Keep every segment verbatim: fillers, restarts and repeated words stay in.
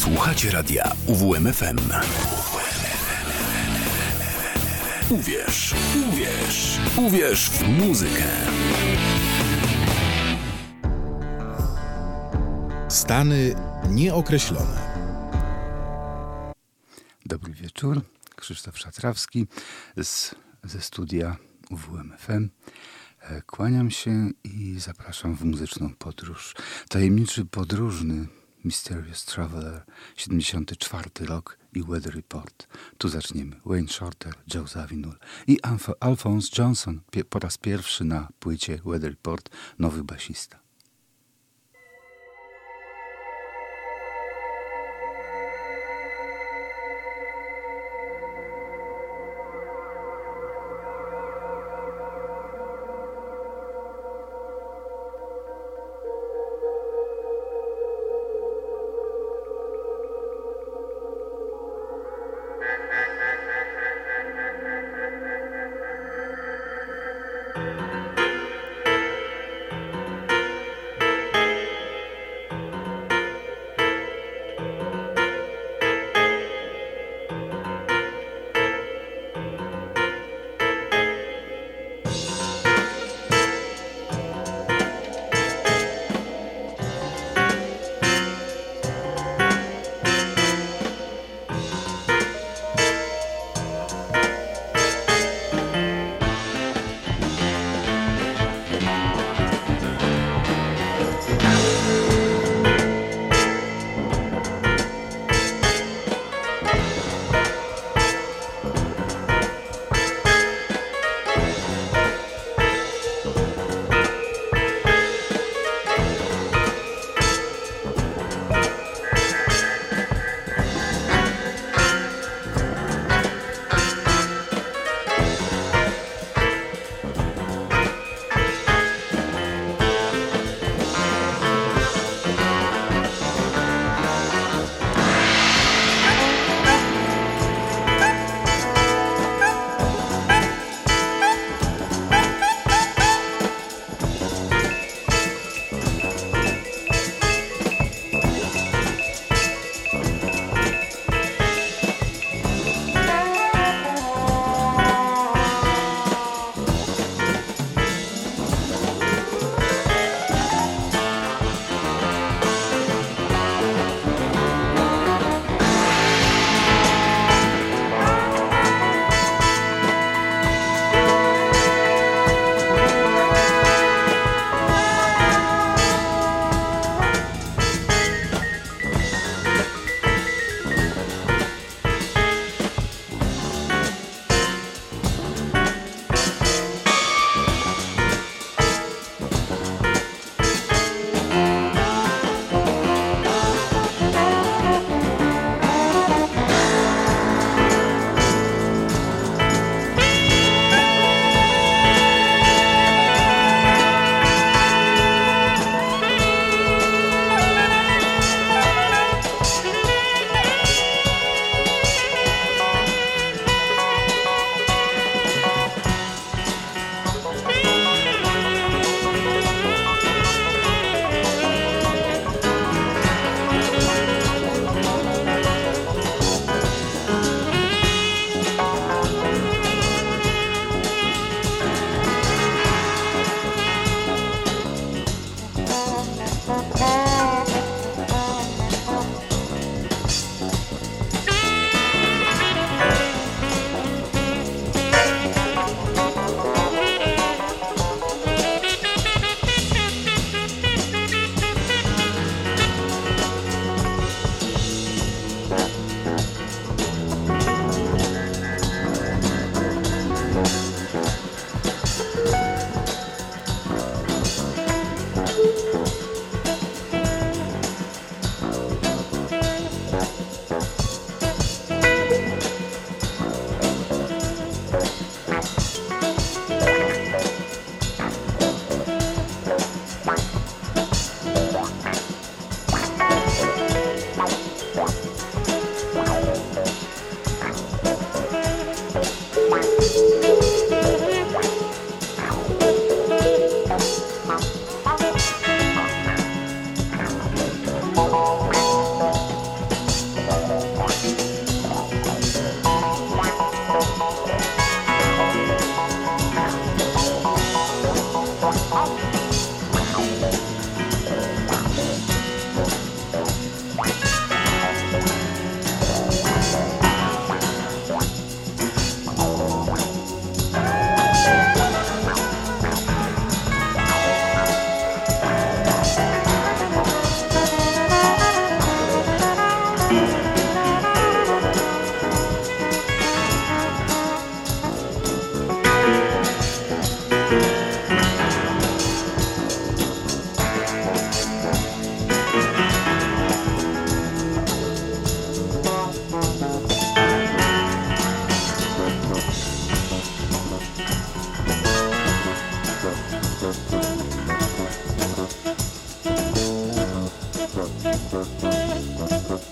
Słuchacie radia U W M F M. Uwierz, uwierz, uwierz w muzykę. Stany nieokreślone. Dobry wieczór. Krzysztof Szatrawski z, ze studia U W M F M. Kłaniam się i zapraszam w muzyczną podróż. Tajemniczy podróżny Mysterious Traveler, siedemdziesiąty czwarty rok i Weather Report. Tu zaczniemy. Wayne Shorter, Joe Zawinul i Alf- Alphonse Johnson pie- po raz pierwszy na płycie Weather Report, nowy basista.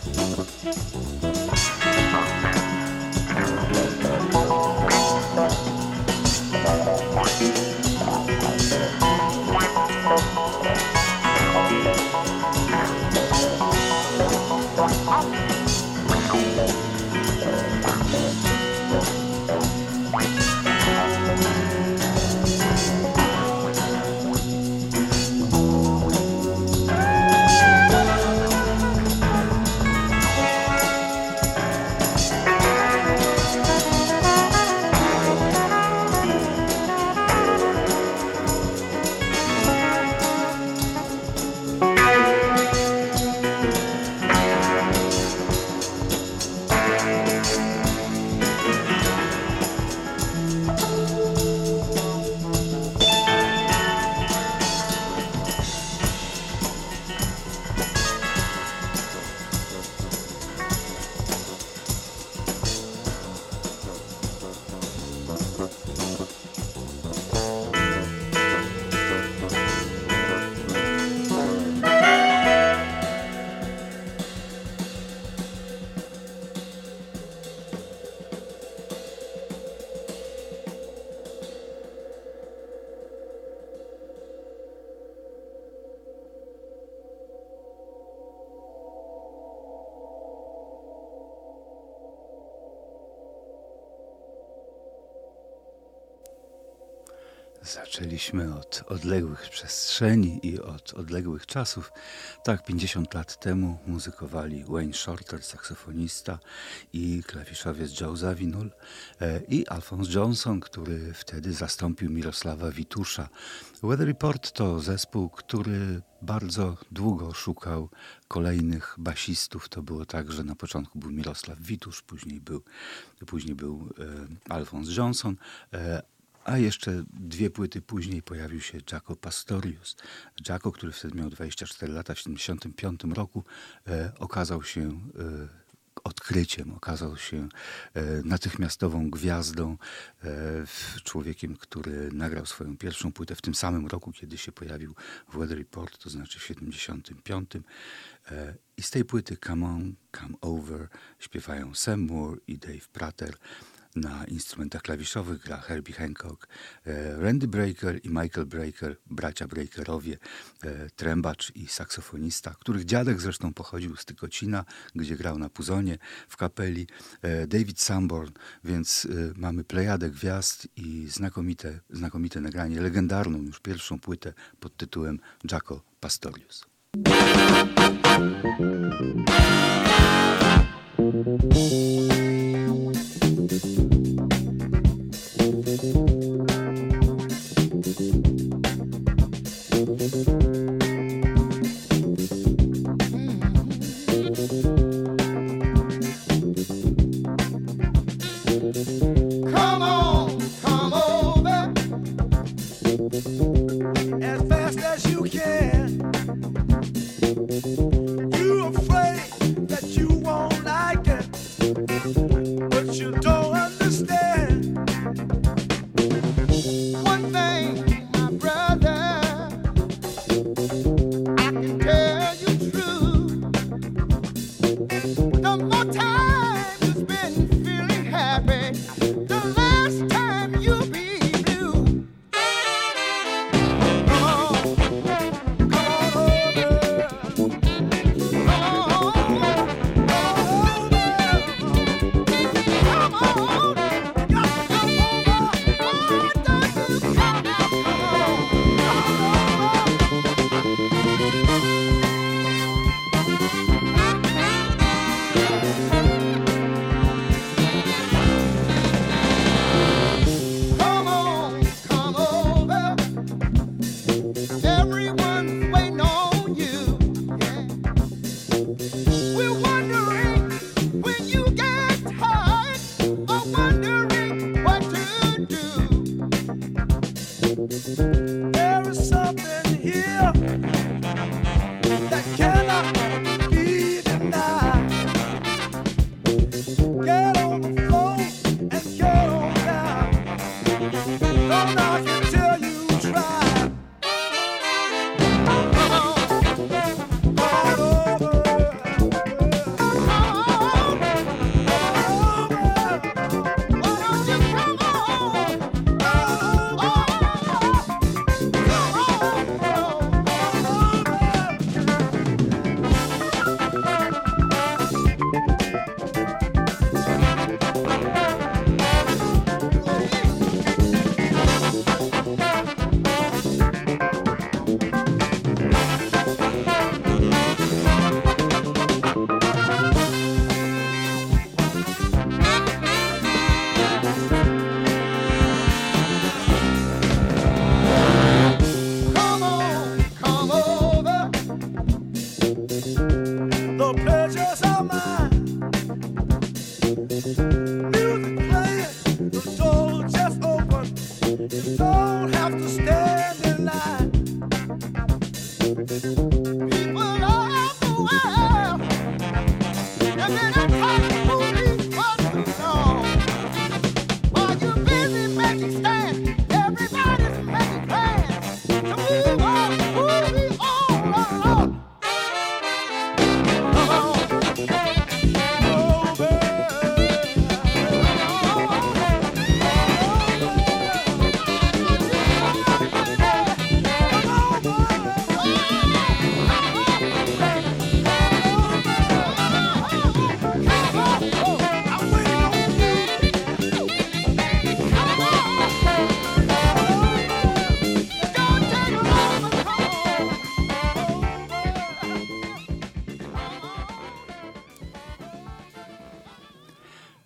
Zaczęliśmy od odległych przestrzeni i od odległych czasów. Tak, pięćdziesiąt lat temu muzykowali Wayne Shorter, saksofonista, i klawiszowiec Joe Zawinul, i Alphonse Johnson, który wtedy zastąpił Mirosława Witusza. Weather Report to zespół, który bardzo długo szukał kolejnych basistów. To było tak, że na początku był Mirosław Witusz, później był, później był e, Alphonse Johnson, e, a jeszcze dwie płyty później pojawił się Jaco Pastorius. Jaco, który wtedy miał dwadzieścia cztery lata, w siedemdziesiątym piątym roku e, okazał się e, odkryciem, okazał się e, natychmiastową gwiazdą, e, człowiekiem, który nagrał swoją pierwszą płytę w tym samym roku, kiedy się pojawił w Weather Report, to znaczy w siedemdziesiątym piątym. E, I z tej płyty Come On, Come Over śpiewają Sam Moore i Dave Prater. Na instrumentach klawiszowych gra Herbie Hancock, e, Randy Brecker i Michael Brecker, bracia Breakerowie, e, trębacz i saksofonista, których dziadek zresztą pochodził z Tykocina, gdzie grał na puzonie w kapeli, e, David Sanborn, więc e, mamy plejadę gwiazd i znakomite, znakomite nagranie, legendarną już pierwszą płytę pod tytułem Jaco Pastorius. Come on, come over as fast as you can. You afraid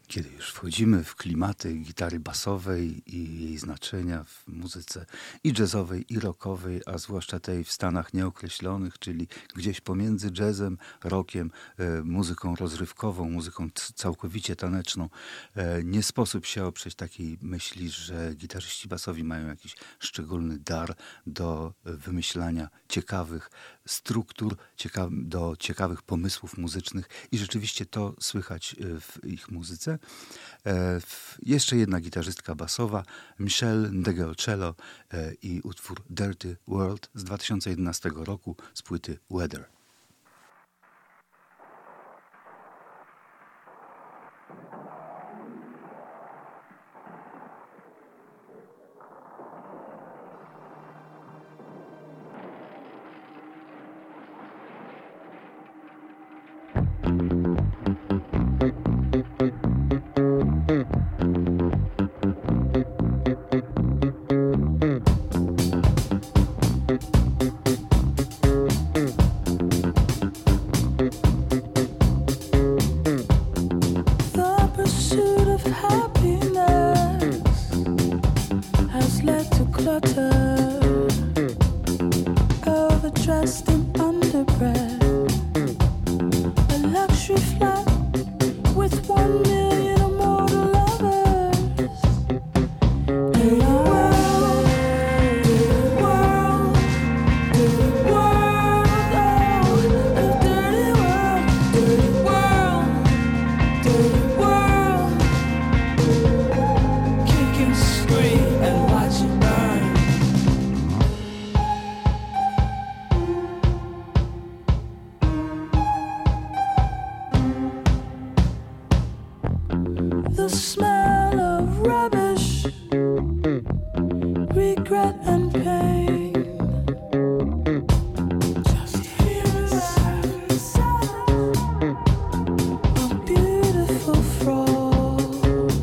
Kiedy już wchodzimy w klimaty gitary basowej i jej znaczenia w muzyce i jazzowej, i rockowej, a zwłaszcza tej w stanach nieokreślonych, czyli gdzieś pomiędzy jazzem, rockiem, e, muzyką rozrywkową, muzyką c- całkowicie taneczną, e, nie sposób się oprzeć takiej myśli, że gitarzyści basowi mają jakiś szczególny dar do wymyślania ciekawych struktur, cieka- do ciekawych pomysłów muzycznych i rzeczywiście to słychać e, w ich muzyce. E, w, jeszcze jedna gitarzystka basowa, Michelle Ndegeocello e, i utwór Dirty World z dwa tysiące jedenastego roku z płyty Weather. The pursuit of happiness has led to clutter, overdressed in underwear, a luxury flat with one million immortal lovers. Dirty world, dirty world, dirty world, oh, a dirty world, dirty world. Dirty world, kick and scream and watch it burn. The smell of rubbish, regret and pain. Just hear the sound of beautiful fraud,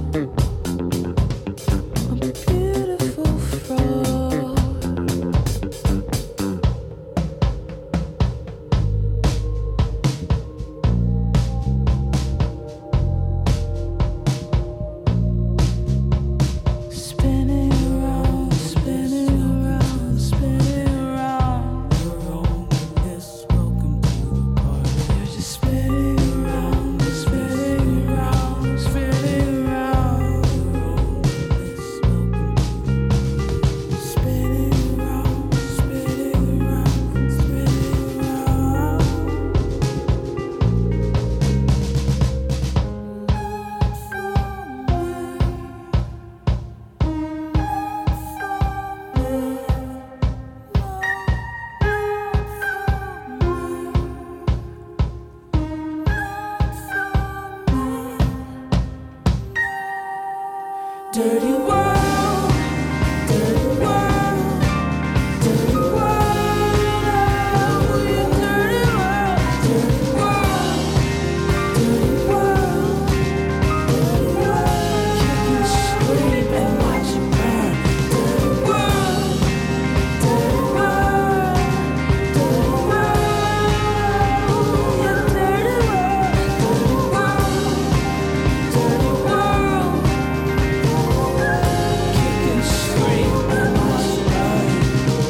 a beautiful fraud. Spinning around, spinning around, spinning around. You're on this, welcome to the party. You're just spinning around, spinning around, spinning around. You're on this, welcome to the spinning around, spinning around, spinning Dirty world, dirty world, dirty world, oh, you dirty world, dirty world, dirty world, dirty world. Kick and scream and watch it burn. Dirty world, dirty world, dirty world, oh, you dirty world, dirty world, dirty world. Kick and scream and watch it burn.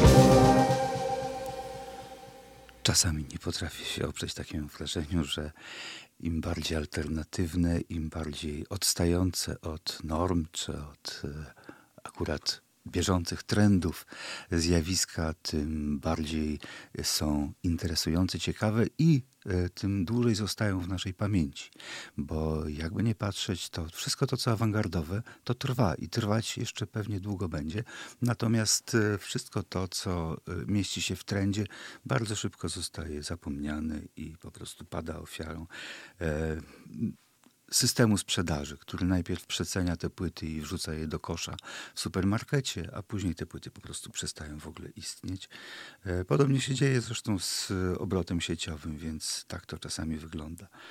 Czasami nie potrafię się oprzeć takiemu wrażeniu, że im bardziej alternatywne, im bardziej odstające od norm, czy od e, akurat bieżących trendów zjawiska, tym bardziej są interesujące, ciekawe i e, tym dłużej zostają w naszej pamięci. Bo jakby nie patrzeć, to wszystko to, co awangardowe, to trwa i trwać jeszcze pewnie długo będzie. Natomiast e, wszystko to, co e, mieści się w trendzie, bardzo szybko zostaje zapomniane i po prostu pada ofiarą e, systemu sprzedaży, który najpierw przecenia te płyty i wrzuca je do kosza w supermarkecie, a później te płyty po prostu przestają w ogóle istnieć. E, Podobnie się dzieje zresztą z obrotem sieciowym, więc tak to czasami wygląda.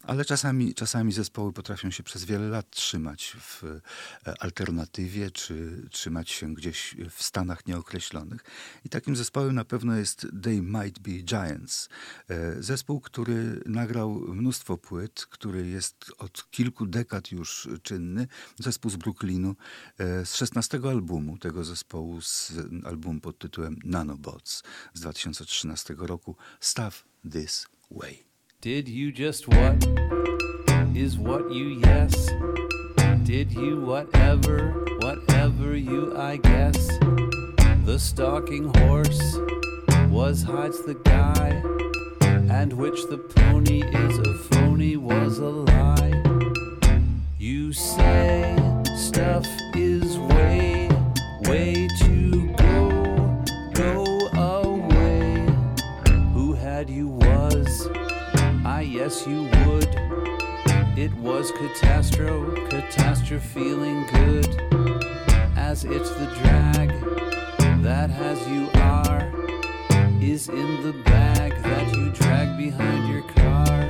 Ale czasami, czasami zespoły potrafią się przez wiele lat trzymać w e, alternatywie, czy trzymać się gdzieś w stanach nieokreślonych. I takim zespołem na pewno jest They Might Be Giants. E, zespół, który nagrał mnóstwo płyt, który jest od kilku dekad już czynny. Zespół z Brooklynu, e, z szesnastego albumu tego zespołu, z albumu pod tytułem Nanobots z dwa tysiące trzynastego roku, Stuff This Way. Did you just what is what you yes? Did you whatever, whatever you I guess? The stalking horse was hides the guy, and which the pony is a phony was a lie. You say stuff is way, way to go, go away. Who had you was? I yes you would. It was catastro, catastrophe feeling good. As it's the drag that has you are, is in the bag that you drag behind your car.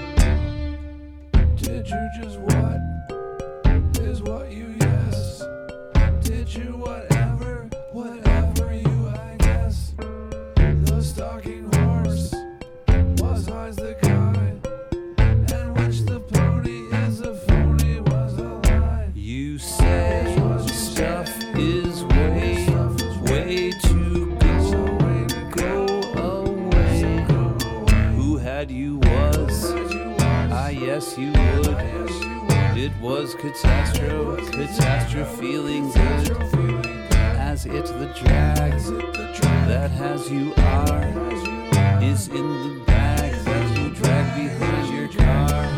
Did you just what is what you yes? Did you whatever, whatever you I guess? The stalking horse was hides the guy, and which the pony is a phony was a lie. You say stuff is way, way to go, go away. Who had you was? I yes you would. It was catastrophe, catastrophe feeling good. As it's the drag that has you are, is in the bag that you drag behind your car.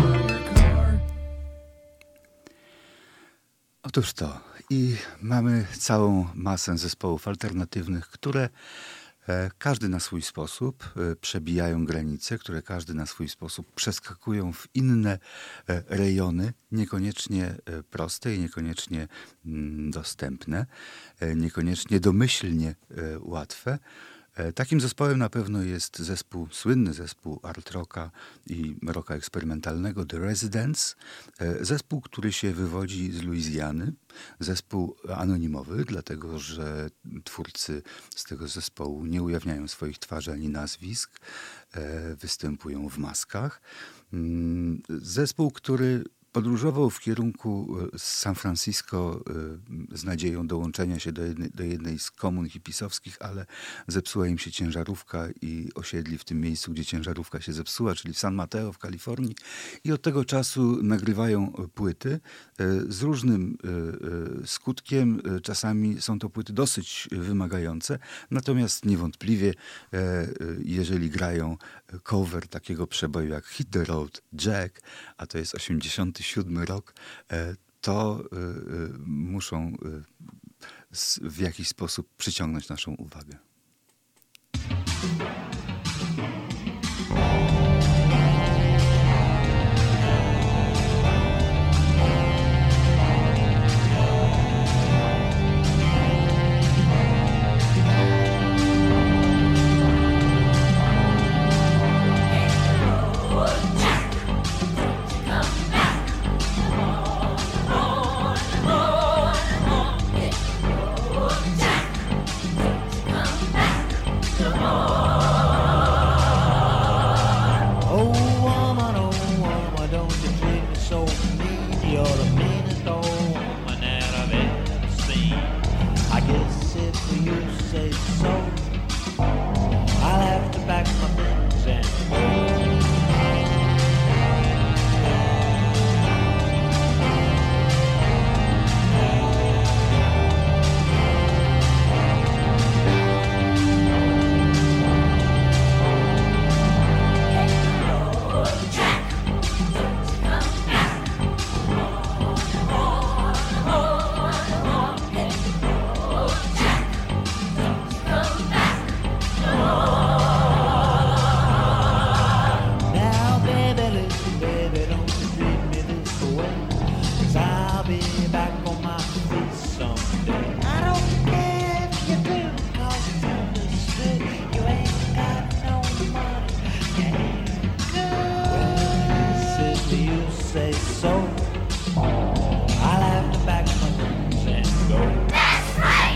Otóż to. I mamy całą masę zespołów alternatywnych, które e, każdy na swój sposób e, przebijają granice, które każdy na swój sposób przeskakują w inne e, rejony, niekoniecznie e, proste i niekoniecznie mm, dostępne, e, niekoniecznie domyślnie e, łatwe. E, Takim zespołem na pewno jest zespół, słynny zespół art rocka i rocka eksperymentalnego The Residents. E, Zespół, który się wywodzi z Luizjany. Zespół anonimowy, dlatego że twórcy z tego zespołu nie ujawniają swoich twarzy ani nazwisk. E, Występują w maskach. Mm, Zespół, który podróżował w kierunku San Francisco z nadzieją dołączenia się do jednej, do jednej z komun hipisowskich, ale zepsuła im się ciężarówka i osiedli w tym miejscu, gdzie ciężarówka się zepsuła, czyli w San Mateo w Kalifornii. I od tego czasu nagrywają płyty z różnym skutkiem. Czasami są to płyty dosyć wymagające, natomiast niewątpliwie, jeżeli grają cover takiego przeboju jak Hit the Road Jack, a to jest osiemdziesiąty siódmy rok, to muszą w jakiś sposób przyciągnąć naszą uwagę. Come back. say so, I'll have to pack my things and go. That's right!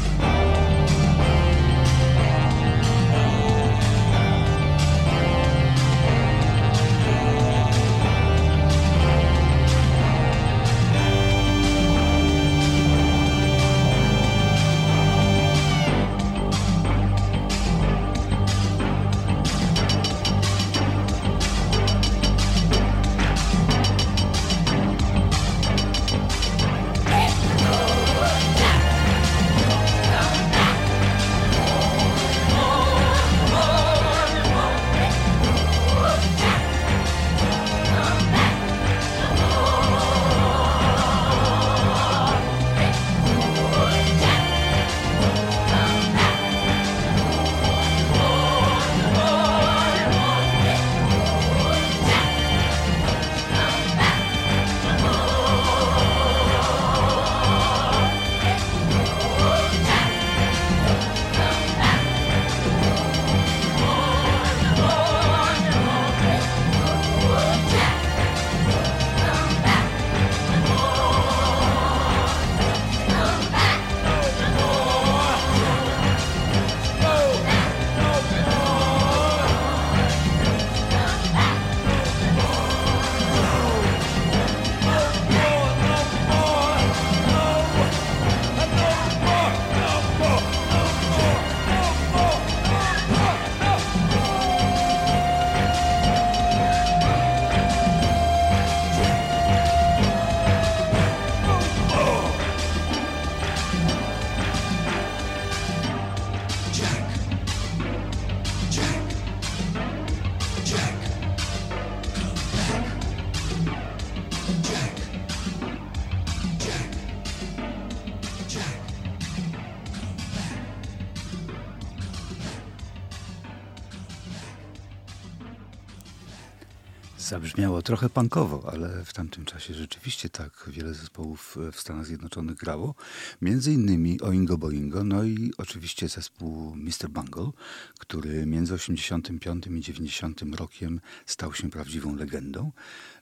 Zabrzmiało trochę punkowo, ale w tamtym czasie rzeczywiście tak wiele zespołów w Stanach Zjednoczonych grało. Między innymi Oingo Boingo, no i oczywiście zespół mister Bungle, który między osiemdziesiątym piątym i dziewięćdziesiątym rokiem stał się prawdziwą legendą.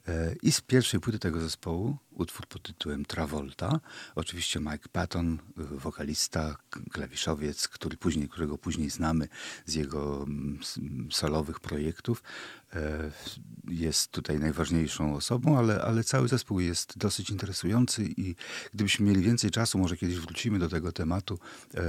I z pierwszej płyty tego zespołu utwór pod tytułem Travolta. Oczywiście Mike Patton, wokalista, klawiszowiec, który później, którego później znamy z jego solowych projektów. Jest tutaj najważniejszą osobą, ale, ale cały zespół jest dosyć interesujący i gdybyśmy mieli więcej czasu, może kiedyś wrócimy do tego tematu,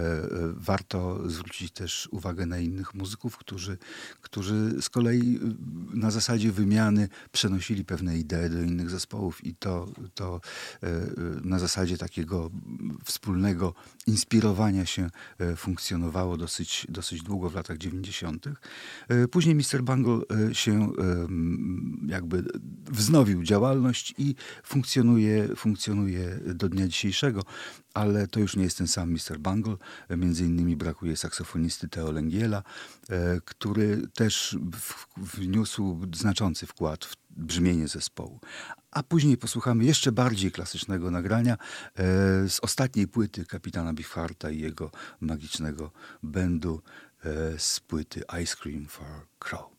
warto zwrócić też uwagę na innych muzyków, którzy, którzy z kolei na zasadzie wymiany przenosili pewne idee do innych zespołów i to, to na zasadzie takiego wspólnego inspirowania się funkcjonowało dosyć, dosyć długo w latach dziewięćdziesiątych. Później mister Bungle się jakby wznowił działalność i funkcjonuje, funkcjonuje do dnia dzisiejszego, ale to już nie jest ten sam mister Bungle. Między innymi brakuje saksofonisty Theo Lengiela, który też wniósł znaczący wkład w brzmienie zespołu. A później posłuchamy jeszcze bardziej klasycznego nagrania z ostatniej płyty kapitana Beefhearta i jego magicznego bandu z płyty Ice Cream for Crow.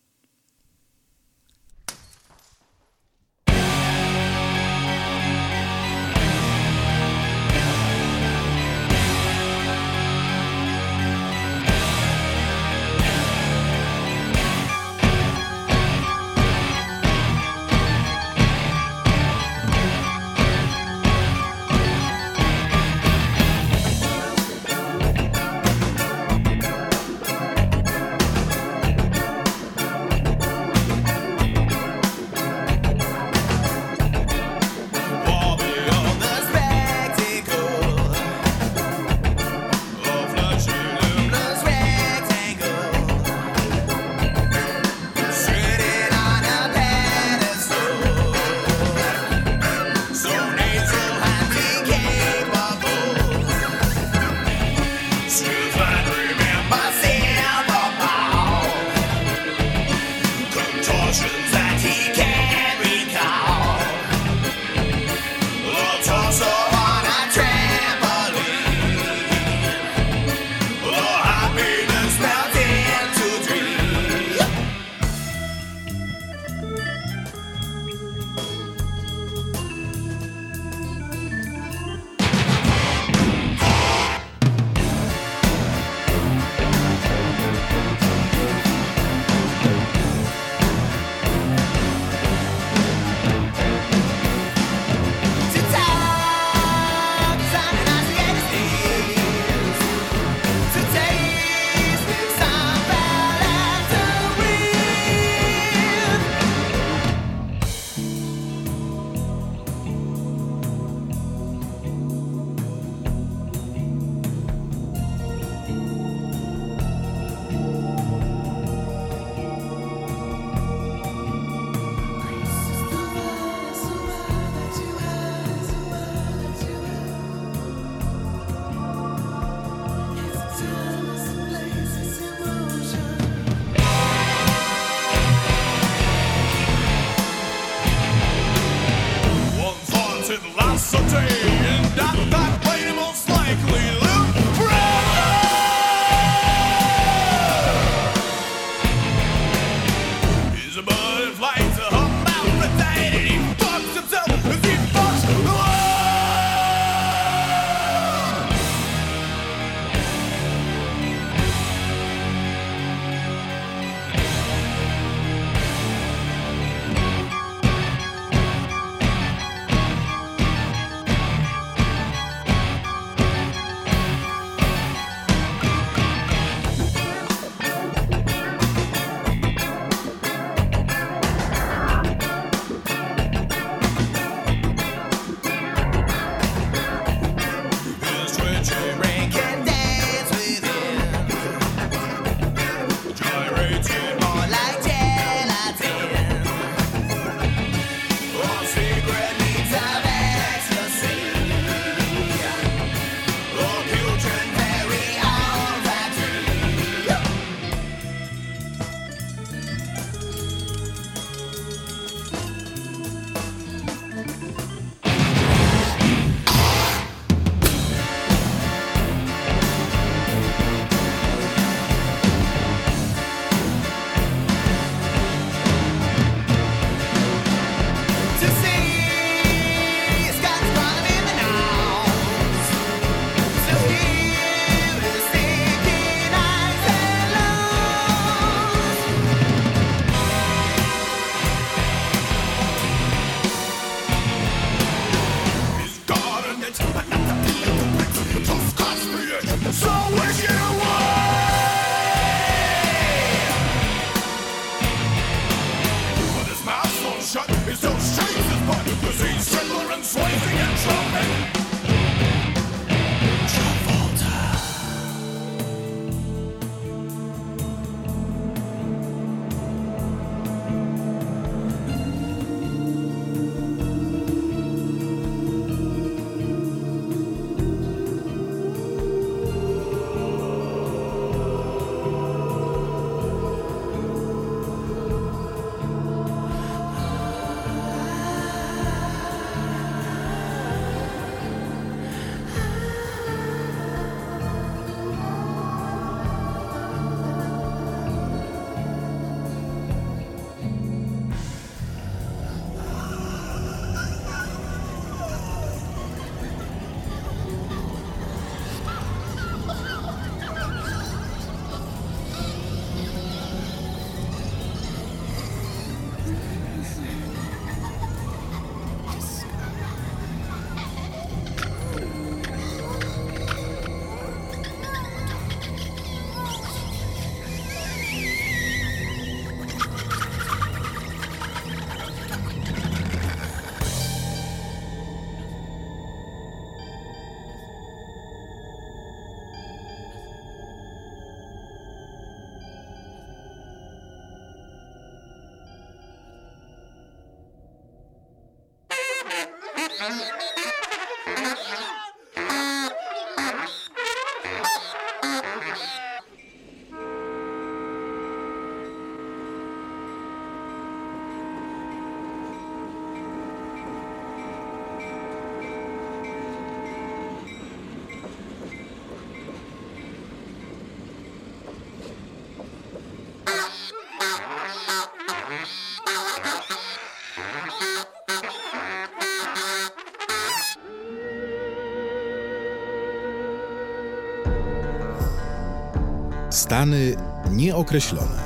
Thank Stany nieokreślone.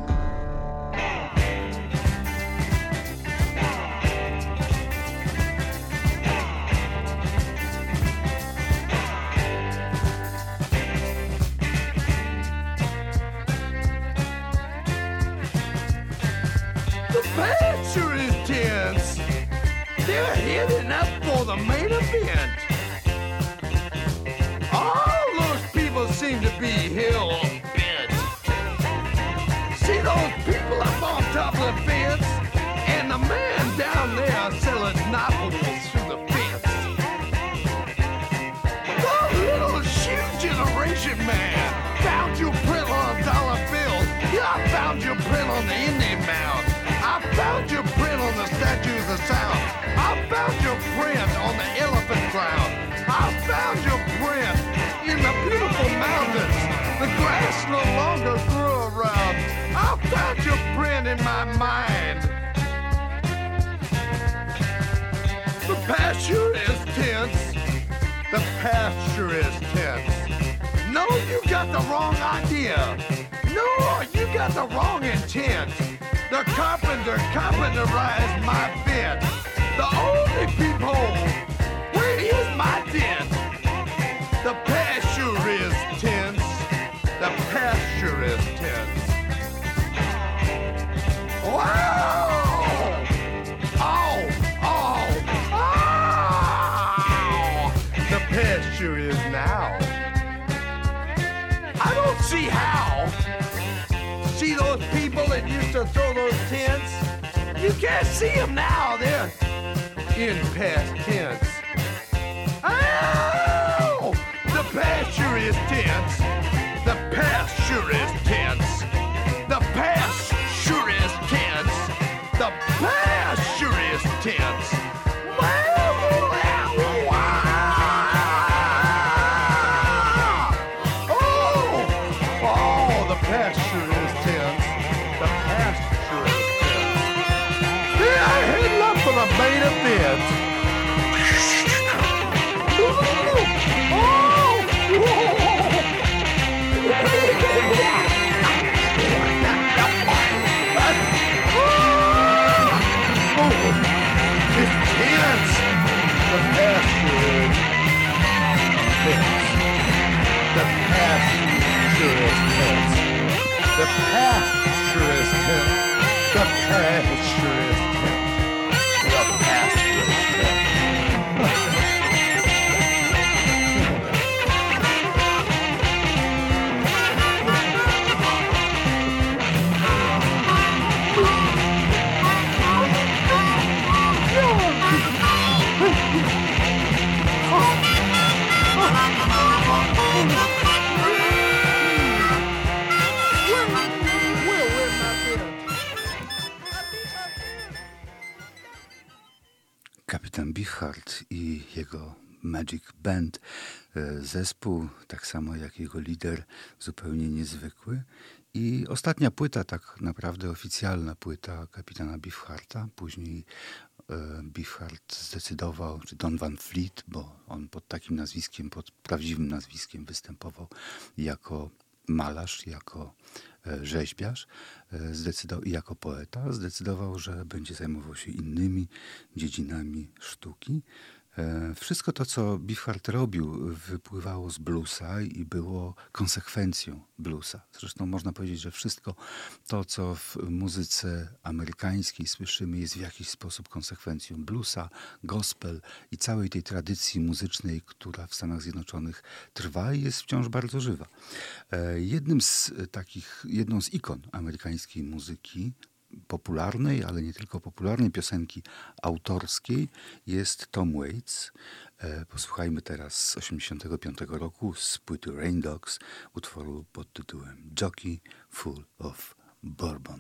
The band sure is tense. They're heading up for the main event. All those people seem to be hell bent. See those people up on top of the fence? And the man down there selling novels through the fence. The little shoe generation man found your print on a dollar bill. Yeah, I found your print on the Indian mound. I found your print on the Statue of the South. I found your print on the Elephant Cloud. I found your print in the beautiful mountains. The grass no longer grew around. I found your print in my mind. The past sure is tense. The past sure is tense. No, you got the wrong idea. No, you got the wrong intent. The carpenter carpenterized my bed. The only peephole, where is my dent? The past sure is tense. The past sure is tense. Wow! Oh, oh, oh! The past sure is now. I don't see how. See those people that used to throw those tents? You can't see them now. They're in past tense. Ow! The past sure is tense. The past sure is tense. The past sure is tense. The past sure is tense. Oh! Oh, the past sure is tense. The past sure is tense. They are heading up for the main event. The past sure is tense. The past sure is tense. The past sure is tense. Kapitan Beefheart i jego Magic Band. Zespół, tak samo jak jego lider, zupełnie niezwykły. I ostatnia płyta, tak naprawdę oficjalna płyta kapitana Beefhearta. Później e, Beefheart zdecydował, czy Don Van Fleet, bo on pod takim nazwiskiem, pod prawdziwym nazwiskiem występował jako malarz, jako e, rzeźbiarz, e, zdecydował, i jako poeta, zdecydował, że będzie zajmował się innymi dziedzinami sztuki. Wszystko to, co Beefheart robił, wypływało z bluesa i było konsekwencją bluesa. Zresztą można powiedzieć, że wszystko to, co w muzyce amerykańskiej słyszymy, jest w jakiś sposób konsekwencją bluesa, gospel i całej tej tradycji muzycznej, która w Stanach Zjednoczonych trwa i jest wciąż bardzo żywa. Jednym z takich, jedną z ikon amerykańskiej muzyki popularnej, ale nie tylko popularnej piosenki autorskiej jest Tom Waits. Posłuchajmy teraz z osiemdziesiątego piątego roku z płyty Rain Dogs utworu pod tytułem Jockey Full of Bourbon.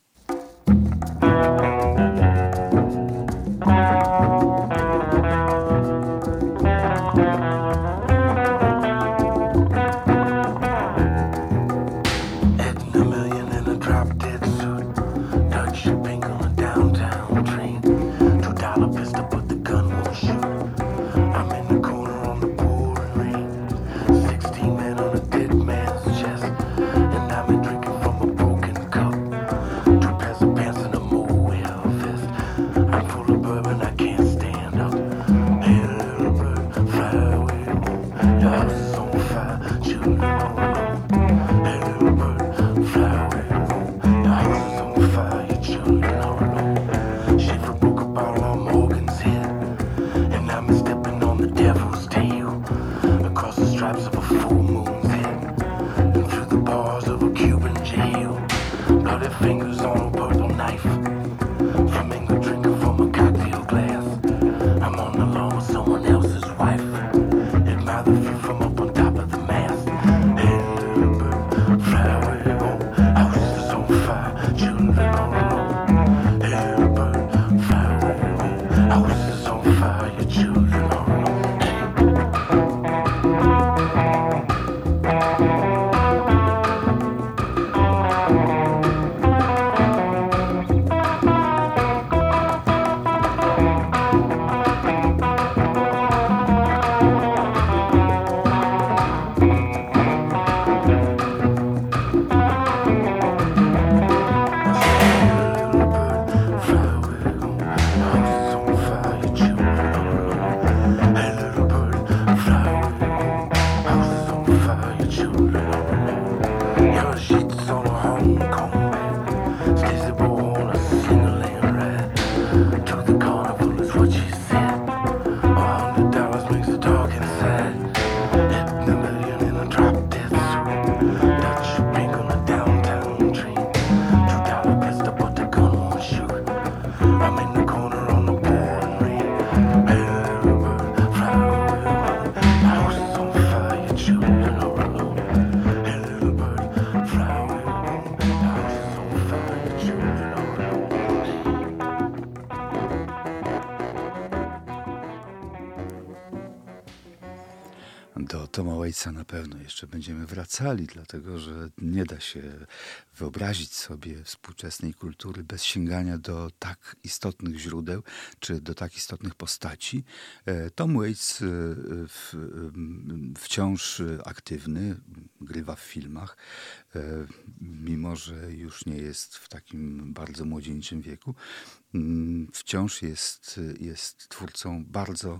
Do Toma Waitsa na pewno jeszcze będziemy wracali, dlatego że nie da się wyobrazić sobie współczesnej kultury bez sięgania do tak istotnych źródeł, czy do tak istotnych postaci. Tom Waits wciąż aktywny, grywa w filmach, mimo że już nie jest w takim bardzo młodzieńczym wieku. Wciąż jest, jest twórcą bardzo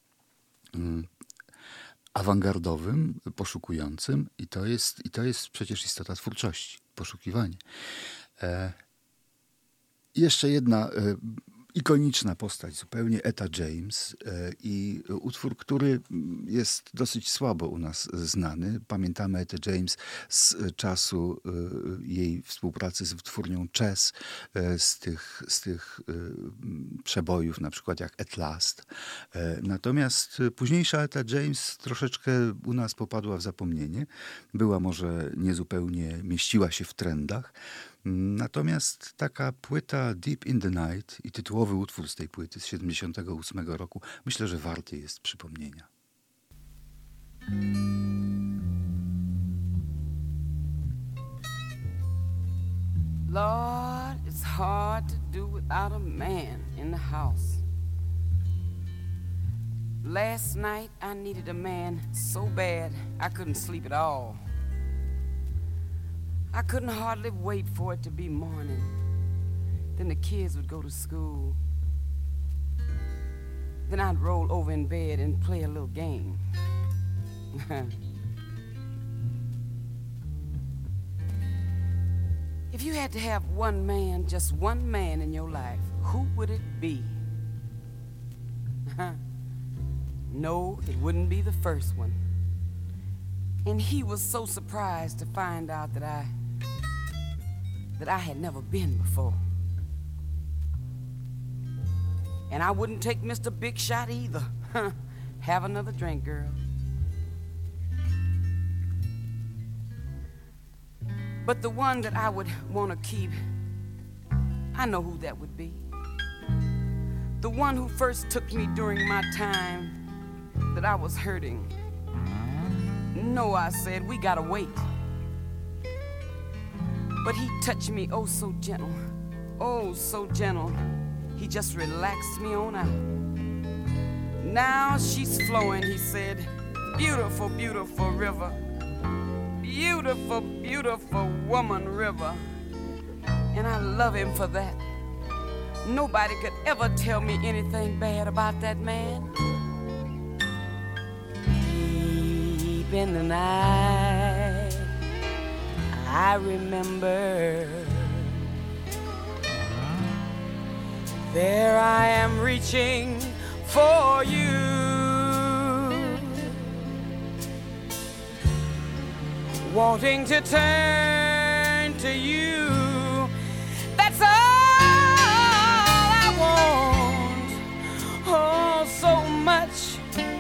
awangardowym, poszukującym i to jest, i to jest przecież istota twórczości, poszukiwanie. E, jeszcze jedna e, ikoniczna postać, zupełnie Etta James e, i utwór, który jest dosyć słabo u nas znany. Pamiętamy Ettę James z czasu e, jej współpracy z wytwórnią Chess, e, z tych, z tych e, przebojów, na przykład jak At Last. E, natomiast późniejsza Etta James troszeczkę u nas popadła w zapomnienie. Była może niezupełnie, mieściła się w trendach. Natomiast taka płyta Deep in the Night i tytułowy utwór z tej płyty z siedemdziesiątego ósmego roku myślę, że warty jest przypomnienia. Lord, it's hard to do without a man in the house. Last night I needed a man so bad I couldn't sleep at all. I couldn't hardly wait for it to be morning. Then the kids would go to school. Then I'd roll over in bed and play a little game. If you had to have one man, just one man in your life, who would it be? No, it wouldn't be the first one. And he was so surprised to find out that I that I had never been before. And I wouldn't take Mister Big Shot either. Have another drink, girl. But the one that I would want to keep, I know who that would be. The one who first took me during my time that I was hurting. No, I said, we gotta wait. But he touched me oh so gentle, oh so gentle. He just relaxed me on out. Now she's flowing, he said, beautiful, beautiful river. Beautiful, beautiful woman river. And I love him for that. Nobody could ever tell me anything bad about that man. Deep in the night, I remember there I am reaching for you, wanting to turn to you. That's all oh, so much.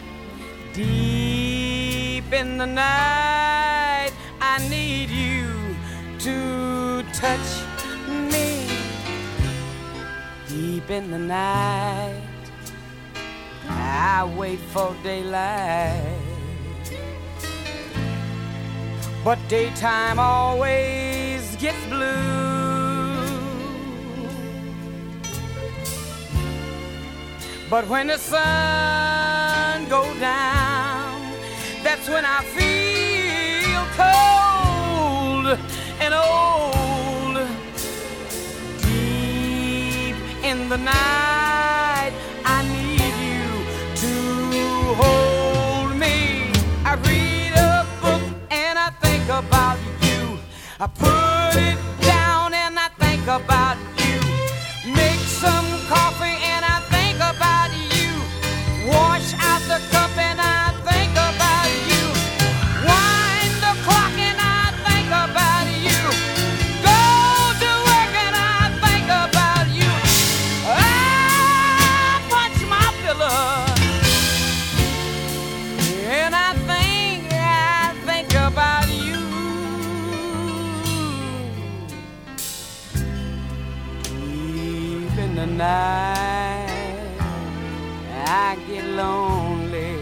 Deep in the night, I need you to touch me. Deep in the night, I wait for daylight. But daytime always gets blue. But when the sun goes down, that's when I feel cold and old. Deep in the night, I need you to hold me. I read a book and I think about you. I put it down and I think about you. Make some coffee and I think about you. Wash out the cup and I think about you. Wind the clock and I think about you. Go to work and I think about you. I punch my pillow and I think, I think about you. Deep in the night, I get lonely.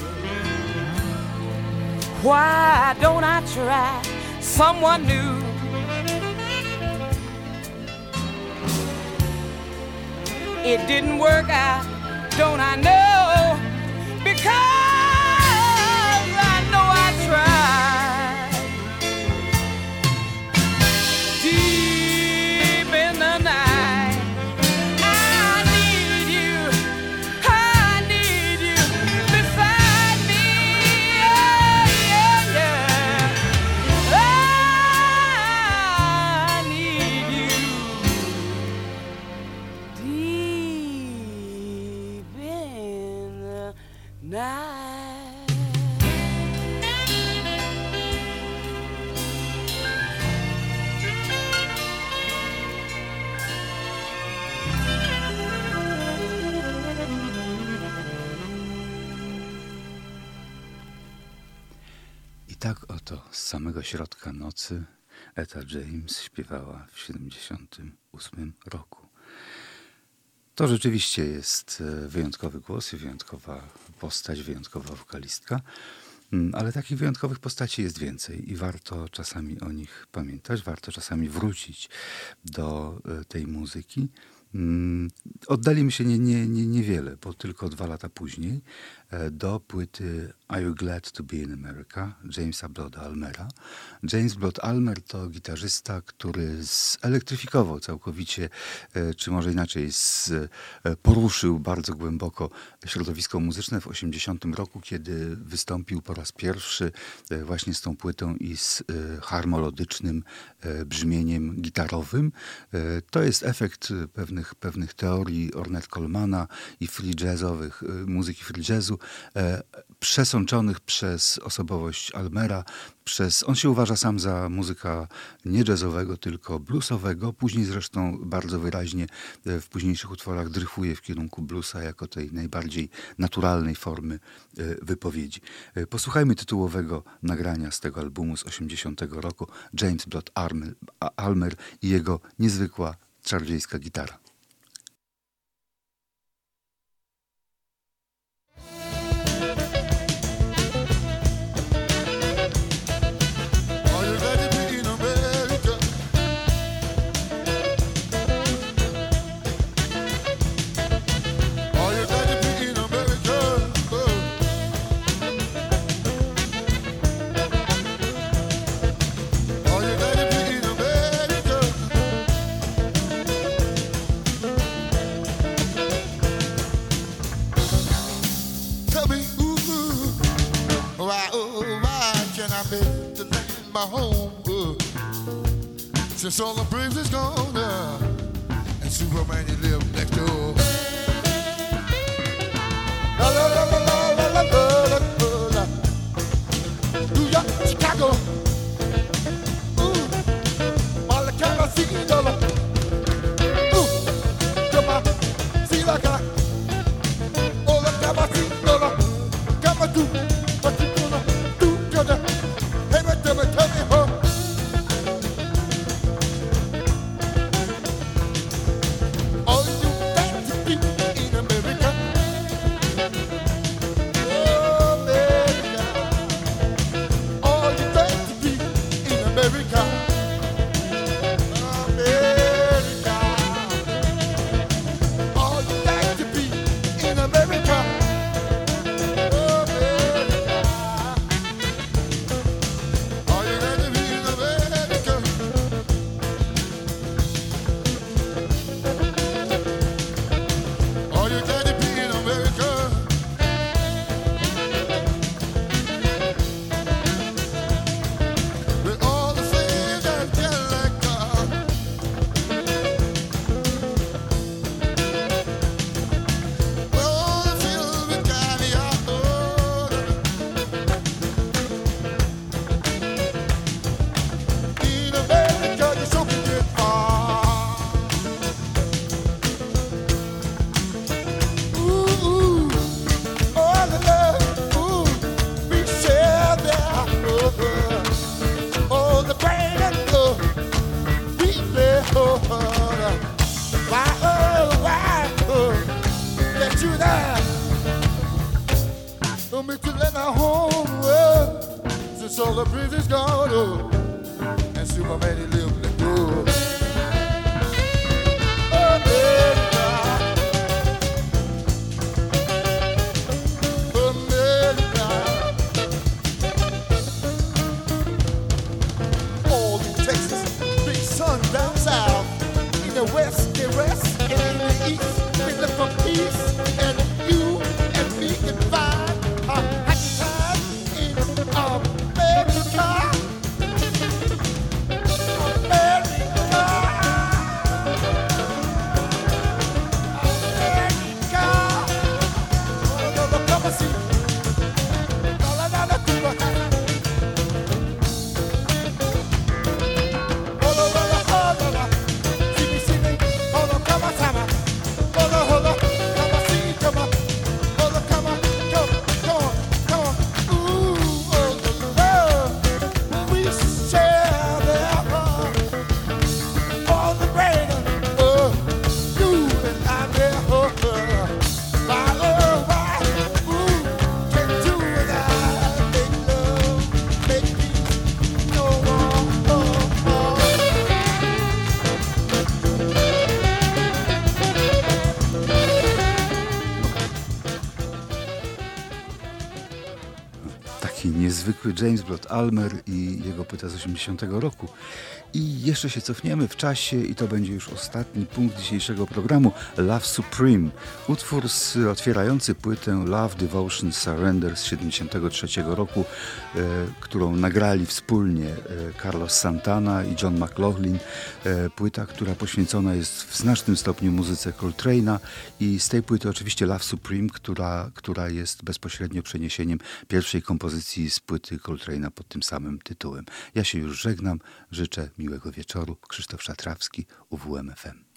Why don't I try someone new? It didn't work out, don't I know? Because I know I tried. Deep in the night, I need you, I need you beside me, yeah, yeah, yeah. I need you deep in the night. I tak oto z samego środka nocy Etta James śpiewała w siedemdziesiątym ósmym roku. To rzeczywiście jest wyjątkowy głos i wyjątkowa postać, wyjątkowa wokalistka, ale takich wyjątkowych postaci jest więcej i warto czasami o nich pamiętać, warto czasami wrócić do tej muzyki. Oddalimy się nie, nie, nie, niewiele, bo tylko dwa lata później do płyty Are You Glad to Be in America Jamesa Blooda Almera. James Blood Almer to gitarzysta, który zelektryfikował całkowicie, czy może inaczej, z, poruszył bardzo głęboko środowisko muzyczne w osiemdziesiątym roku, kiedy wystąpił po raz pierwszy właśnie z tą płytą i z harmolodycznym brzmieniem gitarowym. To jest efekt pewnej pewnych, pewnych teorii Ornette Colemana i free jazzowych, muzyki free jazzu, e, przesączonych przez osobowość Almera, przez, on się uważa sam za muzyka nie jazzowego, tylko bluesowego. Później zresztą bardzo wyraźnie w późniejszych utworach dryfuje w kierunku bluesa jako tej najbardziej naturalnej formy wypowiedzi. Posłuchajmy tytułowego nagrania z tego albumu z osiemdziesiątego roku, James Blood Almer i jego niezwykła czardziejska gitara. My home, uh, since all the braves is gone, uh, and Superman you live next door. La la la la la la la la la. New York, Chicago, ooh, all the kind of sea dollar, ooh, come on, see like I, all the kind of sea dollar, come on, do what you gonna do, gonna. Hey, but tell me, tell me, huh? All you got to be in America, oh, America. All you got to be in America, America. All you got to be in America. All the breeze is gone, oh, and Superman he live in the door. America, America. All in Texas, big sun down south. In the west they rest, and in the east they look for peace. And you and me can find a happy time in America. America, taki niezwykły James Blood Ulmer i jego płyta z osiemdziesiątego roku. I jeszcze się cofniemy w czasie i to będzie już ostatni punkt dzisiejszego programu. Love Supreme. Utwór z, otwierający płytę Love, Devotion, Surrender z siedemdziesiątego trzeciego roku, e, którą nagrali wspólnie e, Carlos Santana i John McLaughlin. E, płyta, która poświęcona jest w znacznym stopniu muzyce Coltrane'a i z tej płyty oczywiście Love Supreme, która, która jest bezpośrednio przeniesieniem pierwszej kompozycji z płyty Coltrane'a pod tym samym tytułem. Ja się już żegnam, życzę miłego wieczoru. Krzysztof Szatrawski, U W M F M.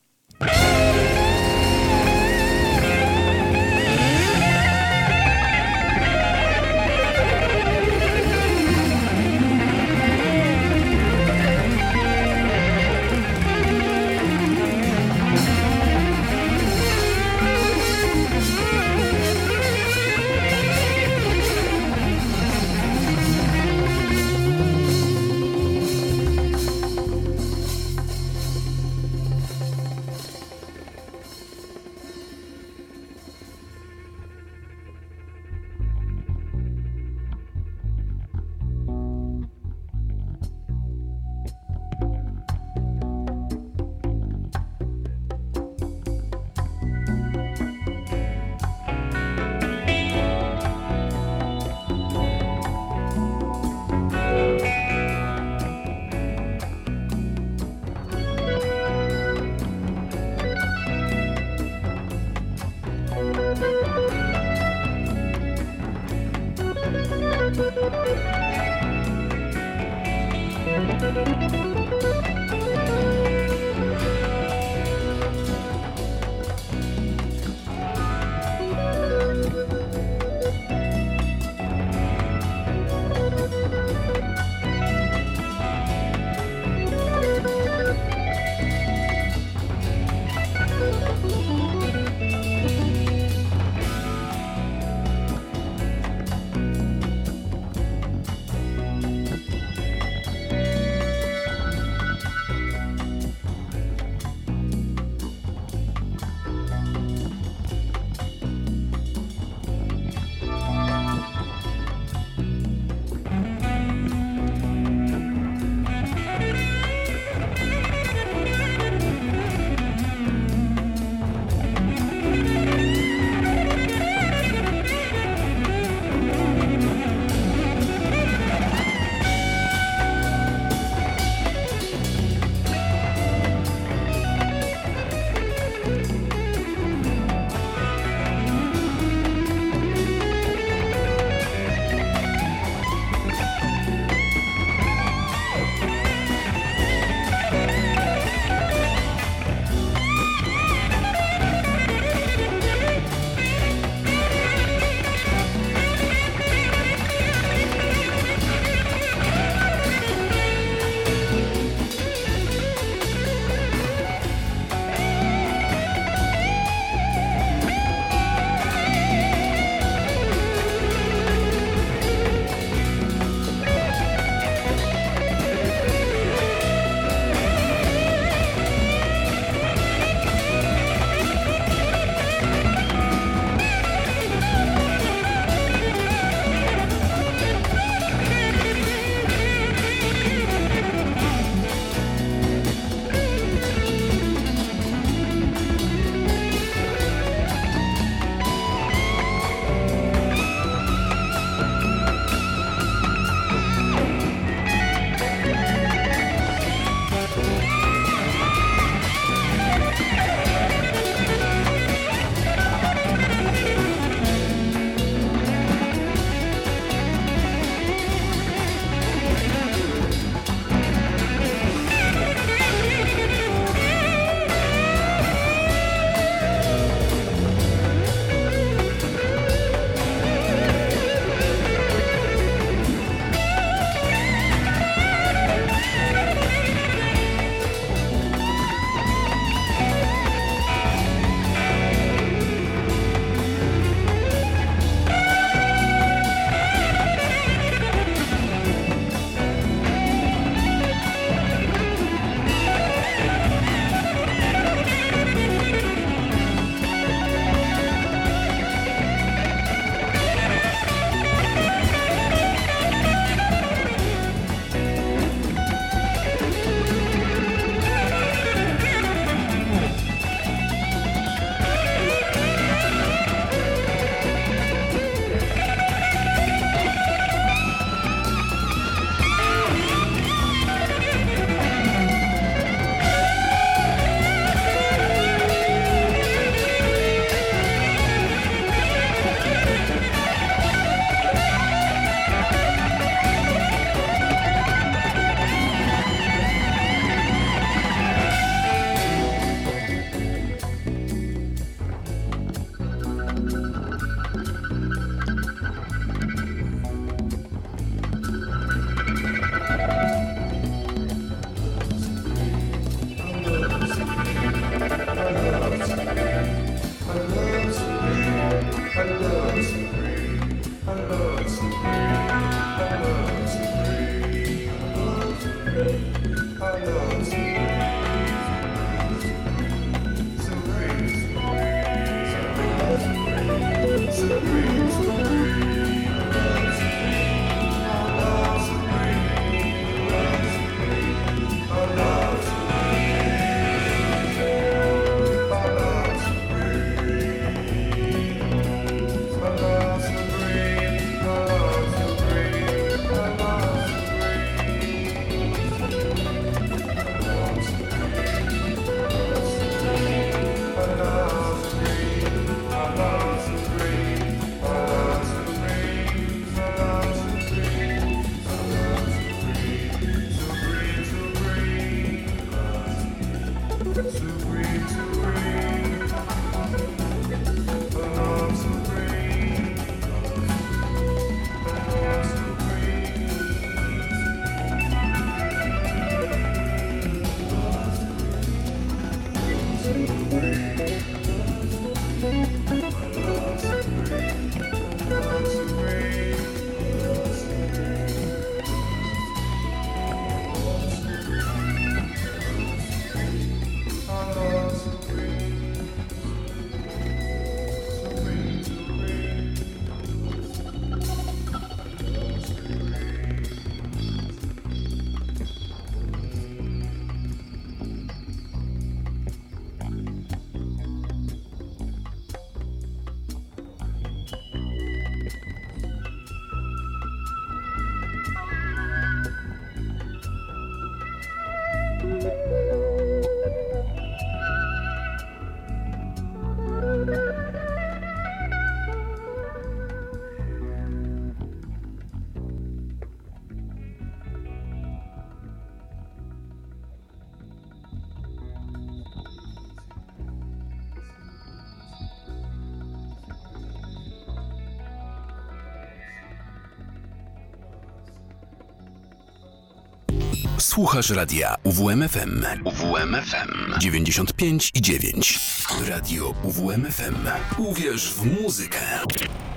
Słuchasz radia U W M F M. U W M F M dziewięćdziesiąt pięć i dziewięć. Radio U W M F M. Uwierz w muzykę.